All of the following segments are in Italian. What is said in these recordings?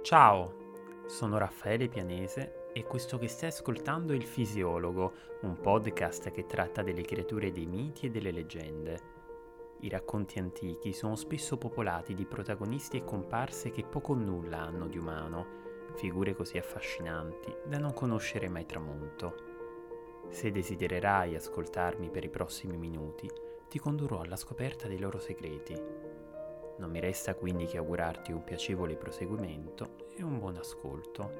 Ciao, sono Raffaele Pianese e questo che stai ascoltando è Il Fisiologo, un podcast che tratta delle creature dei miti e delle leggende. I racconti antichi sono spesso popolati di protagonisti e comparse che poco o nulla hanno di umano, figure così affascinanti da non conoscere mai tramonto. Se desidererai ascoltarmi per i prossimi minuti, ti condurrò alla scoperta dei loro segreti. Non mi resta quindi che augurarti un piacevole proseguimento e un buon ascolto.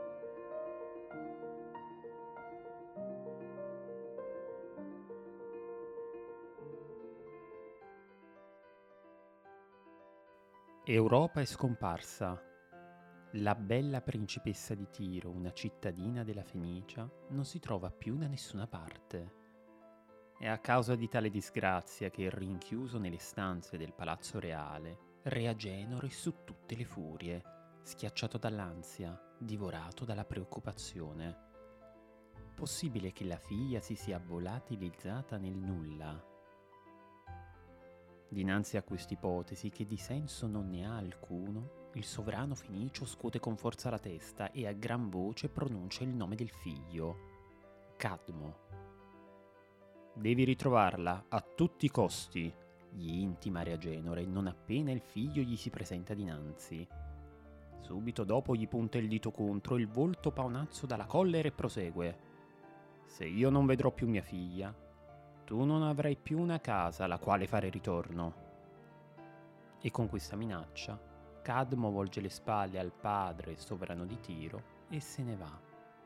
Europa è scomparsa. La bella principessa di Tiro, una cittadina della Fenicia, non si trova più da nessuna parte. È a causa di tale disgrazia che, rinchiuso nelle stanze del palazzo reale, Re Agenore è su tutte le furie, schiacciato dall'ansia, divorato dalla preoccupazione. Possibile che la figlia si sia volatilizzata nel nulla? Dinanzi a quest'ipotesi, che di senso non ne ha alcuno, il sovrano fenicio scuote con forza la testa e a gran voce pronuncia il nome del figlio, Cadmo. Devi ritrovarla a tutti i costi, gli intima Re Agenore non appena il figlio gli si presenta dinanzi. Subito dopo gli punta il dito contro il volto paonazzo dalla collera e prosegue: se io non vedrò più mia figlia, tu non avrai più una casa alla quale fare ritorno. E con questa minaccia, Cadmo volge le spalle al padre sovrano di Tiro e se ne va.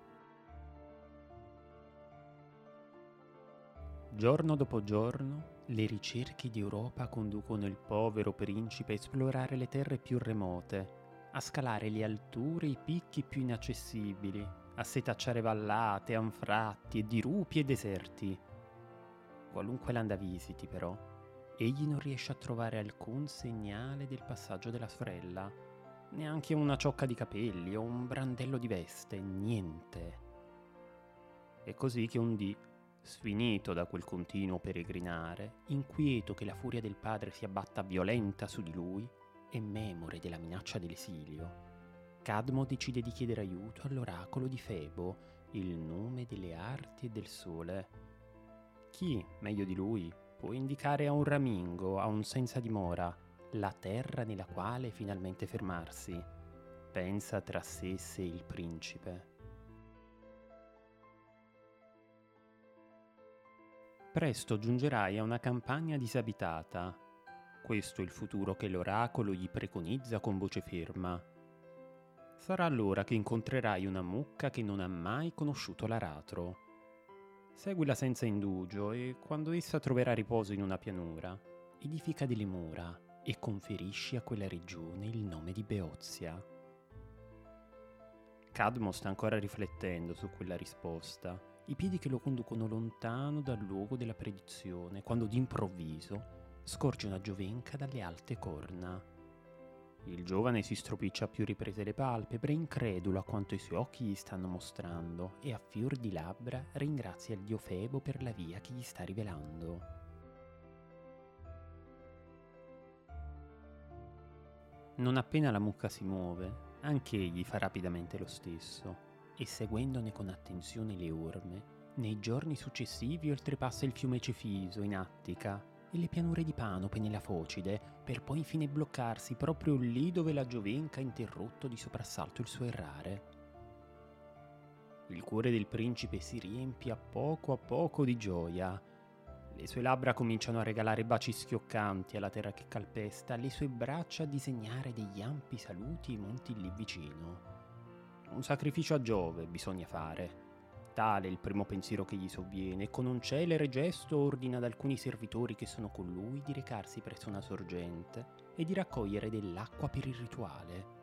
Giorno dopo giorno, le ricerche di Europa conducono il povero principe a esplorare le terre più remote, a scalare le alture e i picchi più inaccessibili, a setacciare vallate, anfratti e dirupi e deserti. Qualunque landa visiti, però, egli non riesce a trovare alcun segnale del passaggio della sorella, neanche una ciocca di capelli o un brandello di veste, niente. È così che un dì, sfinito da quel continuo peregrinare, inquieto che la furia del padre si abbatta violenta su di lui e memore della minaccia dell'esilio, Cadmo decide di chiedere aiuto all'oracolo di Febo, il nome delle arti e del sole. Chi, meglio di lui, può indicare a un ramingo, a un senza dimora, la terra nella quale finalmente fermarsi? Pensa tra sé e sé il principe. Presto giungerai a una campagna disabitata. Questo è il futuro che l'oracolo gli preconizza con voce ferma. Sarà allora che incontrerai una mucca che non ha mai conosciuto l'aratro. Seguila senza indugio e, quando essa troverà riposo in una pianura, edifica delle mura e conferisci a quella regione il nome di Beozia. Cadmo sta ancora riflettendo su quella risposta, i piedi che lo conducono lontano dal luogo della predizione, quando d'improvviso scorge una giovenca dalle alte corna. Il giovane si stropiccia a più riprese le palpebre, incredulo a quanto i suoi occhi gli stanno mostrando, e a fior di labbra ringrazia il dio Febo per la via che gli sta rivelando. Non appena la mucca si muove, anche egli fa rapidamente lo stesso, e seguendone con attenzione le orme, nei giorni successivi oltrepassa il fiume Cefiso in Attica e le pianure di Panope nella Focide, per poi infine bloccarsi proprio lì dove la giovenca ha interrotto di soprassalto il suo errare. Il cuore del principe si riempie a poco di gioia. Le sue labbra cominciano a regalare baci schioccanti alla terra che calpesta, le sue braccia a disegnare degli ampi saluti ai monti lì vicino. Un sacrificio a Giove bisogna fare. Tale è il primo pensiero che gli sovviene, e con un celere gesto ordina ad alcuni servitori che sono con lui di recarsi presso una sorgente e di raccogliere dell'acqua per il rituale.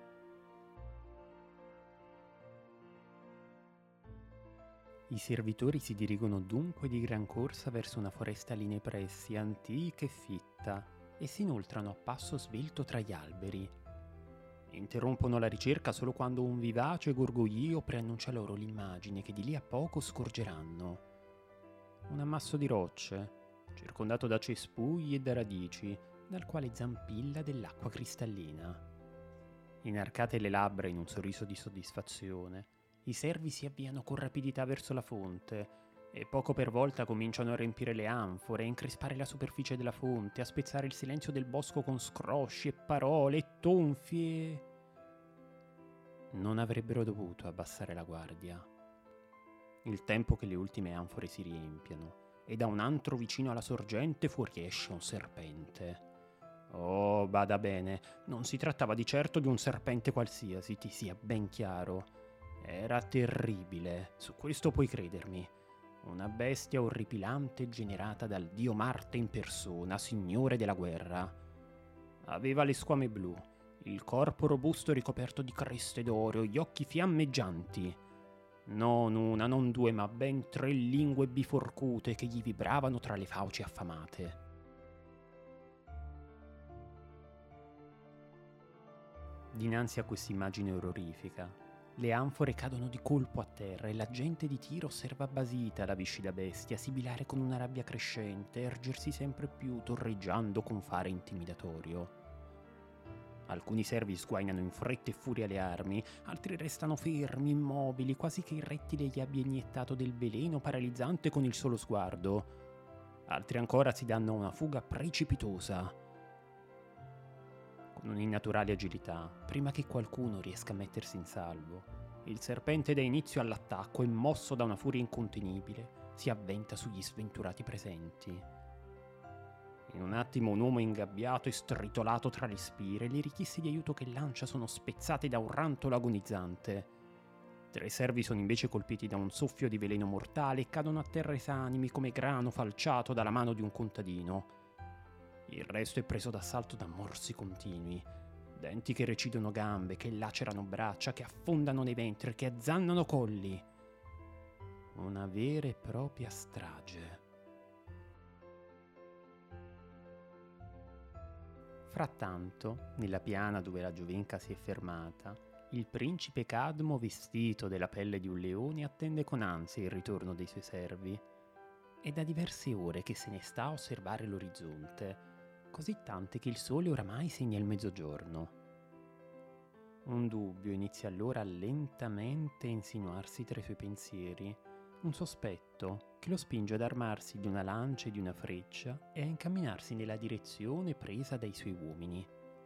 I servitori si dirigono dunque di gran corsa verso una foresta lì nei pressi, antica e fitta, e si inoltrano a passo svelto tra gli alberi. Interrompono la ricerca solo quando un vivace gorgoglio preannuncia loro l'immagine che di lì a poco scorgeranno. Un ammasso di rocce, circondato da cespugli e da radici, dal quale zampilla dell'acqua cristallina. Inarcate le labbra in un sorriso di soddisfazione, i servi si avviano con rapidità verso la fonte e poco per volta cominciano a riempire le anfore, a increspare la superficie della fonte, a spezzare il silenzio del bosco con scrosci e parole e tonfi e... Non avrebbero dovuto abbassare la guardia. Il tempo che le ultime anfore si riempiano e da un antro vicino alla sorgente fuoriesce un serpente. Oh, bada bene, non si trattava di certo di un serpente qualsiasi, ti sia ben chiaro. Era terribile, su questo puoi credermi. Una bestia orripilante generata dal dio Marte in persona, signore della guerra. Aveva le squame blu, il corpo robusto ricoperto di creste d'oro, gli occhi fiammeggianti. Non una, non due, ma ben 3 lingue biforcute che gli vibravano tra le fauci affamate. Dinanzi a quest'immagine orrorifica, le anfore cadono di colpo a terra e la gente di tiro osserva basita la viscida bestia sibilare con una rabbia crescente, ergersi sempre più, torreggiando con fare intimidatorio. Alcuni servi sguainano in fretta e furia le armi, altri restano fermi, immobili, quasi che il rettile gli abbia iniettato del veleno paralizzante con il solo sguardo. Altri ancora si danno a una fuga precipitosa. Con un'innaturale agilità, prima che qualcuno riesca a mettersi in salvo, il serpente dà inizio all'attacco e, mosso da una furia incontenibile, si avventa sugli sventurati presenti. In un attimo un uomo ingabbiato e stritolato tra le spire, le richieste di aiuto che lancia sono spezzate da un rantolo agonizzante. 3 servi sono invece colpiti da un soffio di veleno mortale e cadono a terra esanimi come grano falciato dalla mano di un contadino. Il resto è preso d'assalto da morsi continui, denti che recidono gambe, che lacerano braccia, che affondano nei ventri, che azzannano colli. Una vera e propria strage. Frattanto, nella piana dove la Giovenca si è fermata, il principe Cadmo, vestito della pelle di un leone, attende con ansia il ritorno dei suoi servi. È da diverse ore che se ne sta a osservare l'orizzonte, così tante che il sole oramai segna il mezzogiorno. Un dubbio inizia allora lentamente a insinuarsi tra i suoi pensieri, un sospetto che lo spinge ad armarsi di una lancia e di una freccia e a incamminarsi nella direzione presa dai suoi uomini.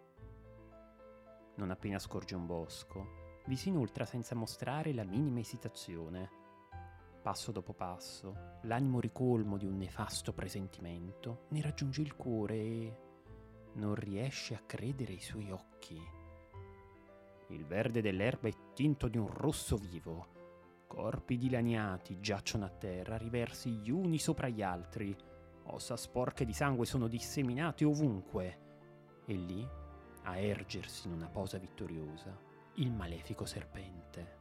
Non appena scorge un bosco, vi si inoltra senza mostrare la minima esitazione. Passo dopo passo, l'animo ricolmo di un nefasto presentimento ne raggiunge il cuore e non riesce a credere ai suoi occhi. Il verde dell'erba è tinto di un rosso vivo. Corpi dilaniati giacciono a terra, riversi gli uni sopra gli altri. Ossa sporche di sangue sono disseminate ovunque. E lì, a ergersi in una posa vittoriosa, il malefico serpente.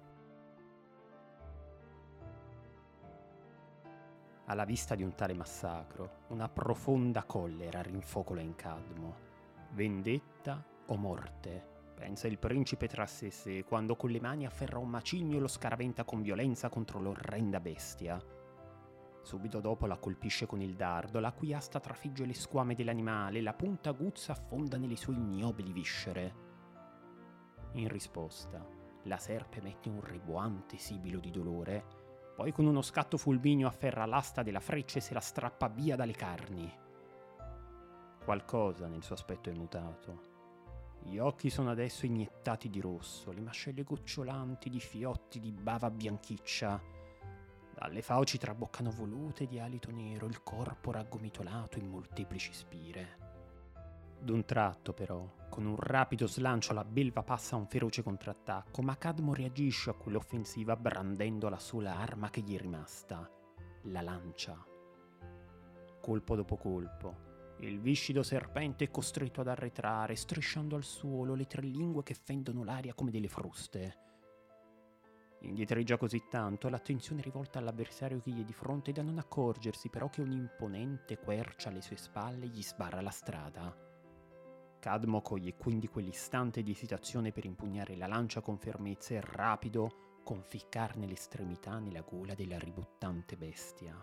Alla vista di un tale massacro, una profonda collera rinfocola in Cadmo. Vendetta o morte? Pensa il principe tra sé e sé, quando con le mani afferra un macigno e lo scaraventa con violenza contro l'orrenda bestia. Subito dopo la colpisce con il dardo, la cui asta trafigge le squame dell'animale e la punta aguzza affonda nelle sue ignobili viscere. In risposta, la serpe mette un riboante sibilo di dolore, poi con uno scatto fulmineo afferra l'asta della freccia e se la strappa via dalle carni. Qualcosa nel suo aspetto è mutato. Gli occhi sono adesso iniettati di rosso, le mascelle gocciolanti di fiotti di bava bianchiccia. Dalle fauci traboccano volute di alito nero, il corpo raggomitolato in molteplici spire. D'un tratto, però, con un rapido slancio la belva passa a un feroce contrattacco, ma Cadmo reagisce a quell'offensiva brandendo la sola arma che gli è rimasta, la lancia. Colpo dopo colpo, il viscido serpente è costretto ad arretrare, strisciando al suolo le 3 lingue che fendono l'aria come delle fruste. Indietreggia così tanto, l'attenzione rivolta all'avversario che gli è di fronte da non accorgersi però che un'imponente quercia alle sue spalle gli sbarra la strada. Cadmo coglie quindi quell'istante di esitazione per impugnare la lancia con fermezza e rapido conficcarne l'estremità nella gola della ributtante bestia.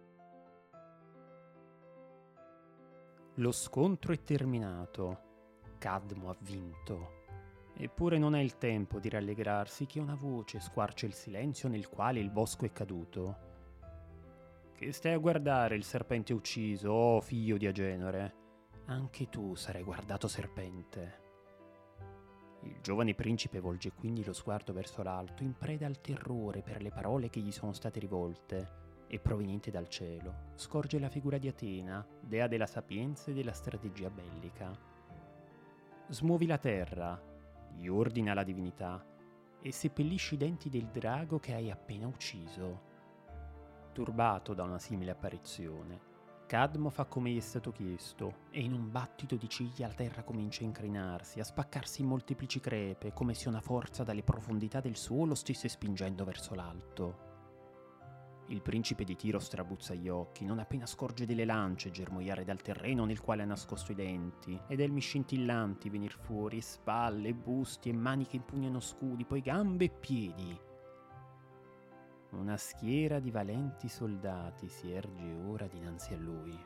Lo scontro è terminato. Cadmo ha vinto. Eppure non è il tempo di rallegrarsi che una voce squarcia il silenzio nel quale il bosco è caduto. Che stai a guardare il serpente ucciso, oh figlio di Agenore? Anche tu sarai guardato serpente. Il giovane principe volge quindi lo sguardo verso l'alto, in preda al terrore per le parole che gli sono state rivolte, e proveniente dal cielo scorge la figura di Atena, dea della sapienza e della strategia bellica. Smuovi la terra, gli ordina la divinità, e seppellisci i denti del drago che hai appena ucciso. Turbato da una simile apparizione, Cadmo fa come gli è stato chiesto, e in un battito di ciglia la terra comincia a incrinarsi, a spaccarsi in molteplici crepe, come se una forza dalle profondità del suolo stesse spingendo verso l'alto. Il principe di Tiro strabuzza gli occhi, non appena scorge delle lance germogliare dal terreno nel quale ha nascosto i denti, ed elmi scintillanti venir fuori, e spalle, e busti, e mani che impugnano scudi, poi gambe e piedi. Una schiera di valenti soldati si erge ora dinanzi a lui.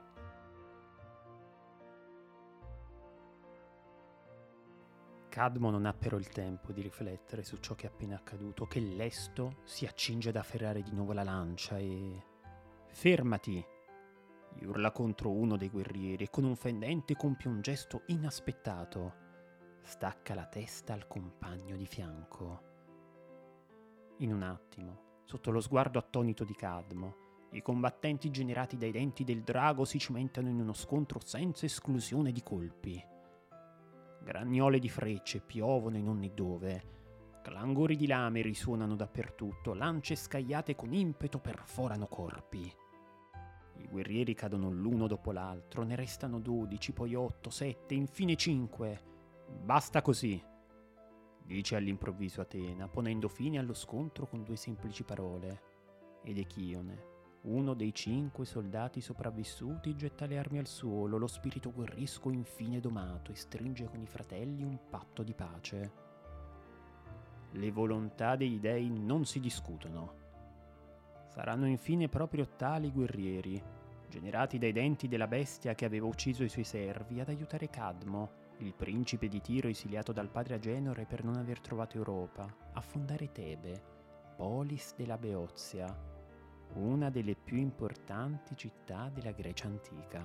Cadmo non ha però il tempo di riflettere su ciò che è appena accaduto, che lesto si accinge ad afferrare di nuovo la lancia e... «Fermati!» gli urla contro uno dei guerrieri e con un fendente compie un gesto inaspettato. Stacca la testa al compagno di fianco. In un attimo, sotto lo sguardo attonito di Cadmo, i combattenti generati dai denti del drago si cimentano in uno scontro senza esclusione di colpi. Gragnole di frecce piovono in ogni dove, clangori di lame risuonano dappertutto, lance scagliate con impeto perforano corpi. I guerrieri cadono l'uno dopo l'altro, ne restano 12, poi 8, 7, infine 5. «Basta così», dice all'improvviso Atena, ponendo fine allo scontro con 2 semplici parole. Ed Echione, uno dei 5 soldati sopravvissuti, getta le armi al suolo, lo spirito guerresco infine domato, e stringe con i fratelli un patto di pace. Le volontà dei dei non si discutono. Saranno infine proprio tali guerrieri, generati dai denti della bestia che aveva ucciso i suoi servi, ad aiutare Cadmo, il principe di Tiro esiliato dal padre Agenore per non aver trovato Europa, a fondare Tebe, polis della Beozia, una delle più importanti città della Grecia antica.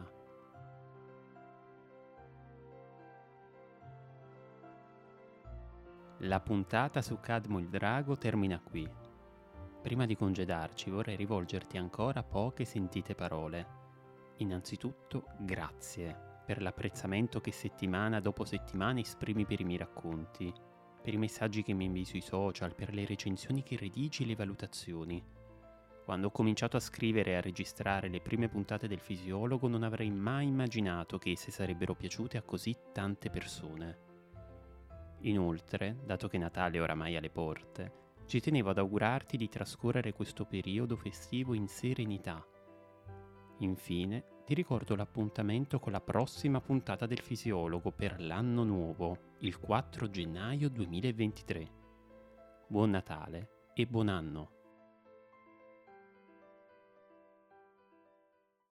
La puntata su Cadmo il drago termina qui. Prima di congedarci vorrei rivolgerti ancora poche sentite parole. Innanzitutto, grazie per l'apprezzamento che settimana dopo settimana esprimi per i miei racconti, per i messaggi che mi invii sui social, per le recensioni che redigi e le valutazioni. Quando ho cominciato a scrivere e a registrare le prime puntate del Fisiologo non avrei mai immaginato che esse sarebbero piaciute a così tante persone. Inoltre, dato che Natale è oramai alle porte, ci tenevo ad augurarti di trascorrere questo periodo festivo in serenità. Infine, ti ricordo l'appuntamento con la prossima puntata del Fisiologo per l'anno nuovo, il 4 gennaio 2023. Buon Natale e buon anno!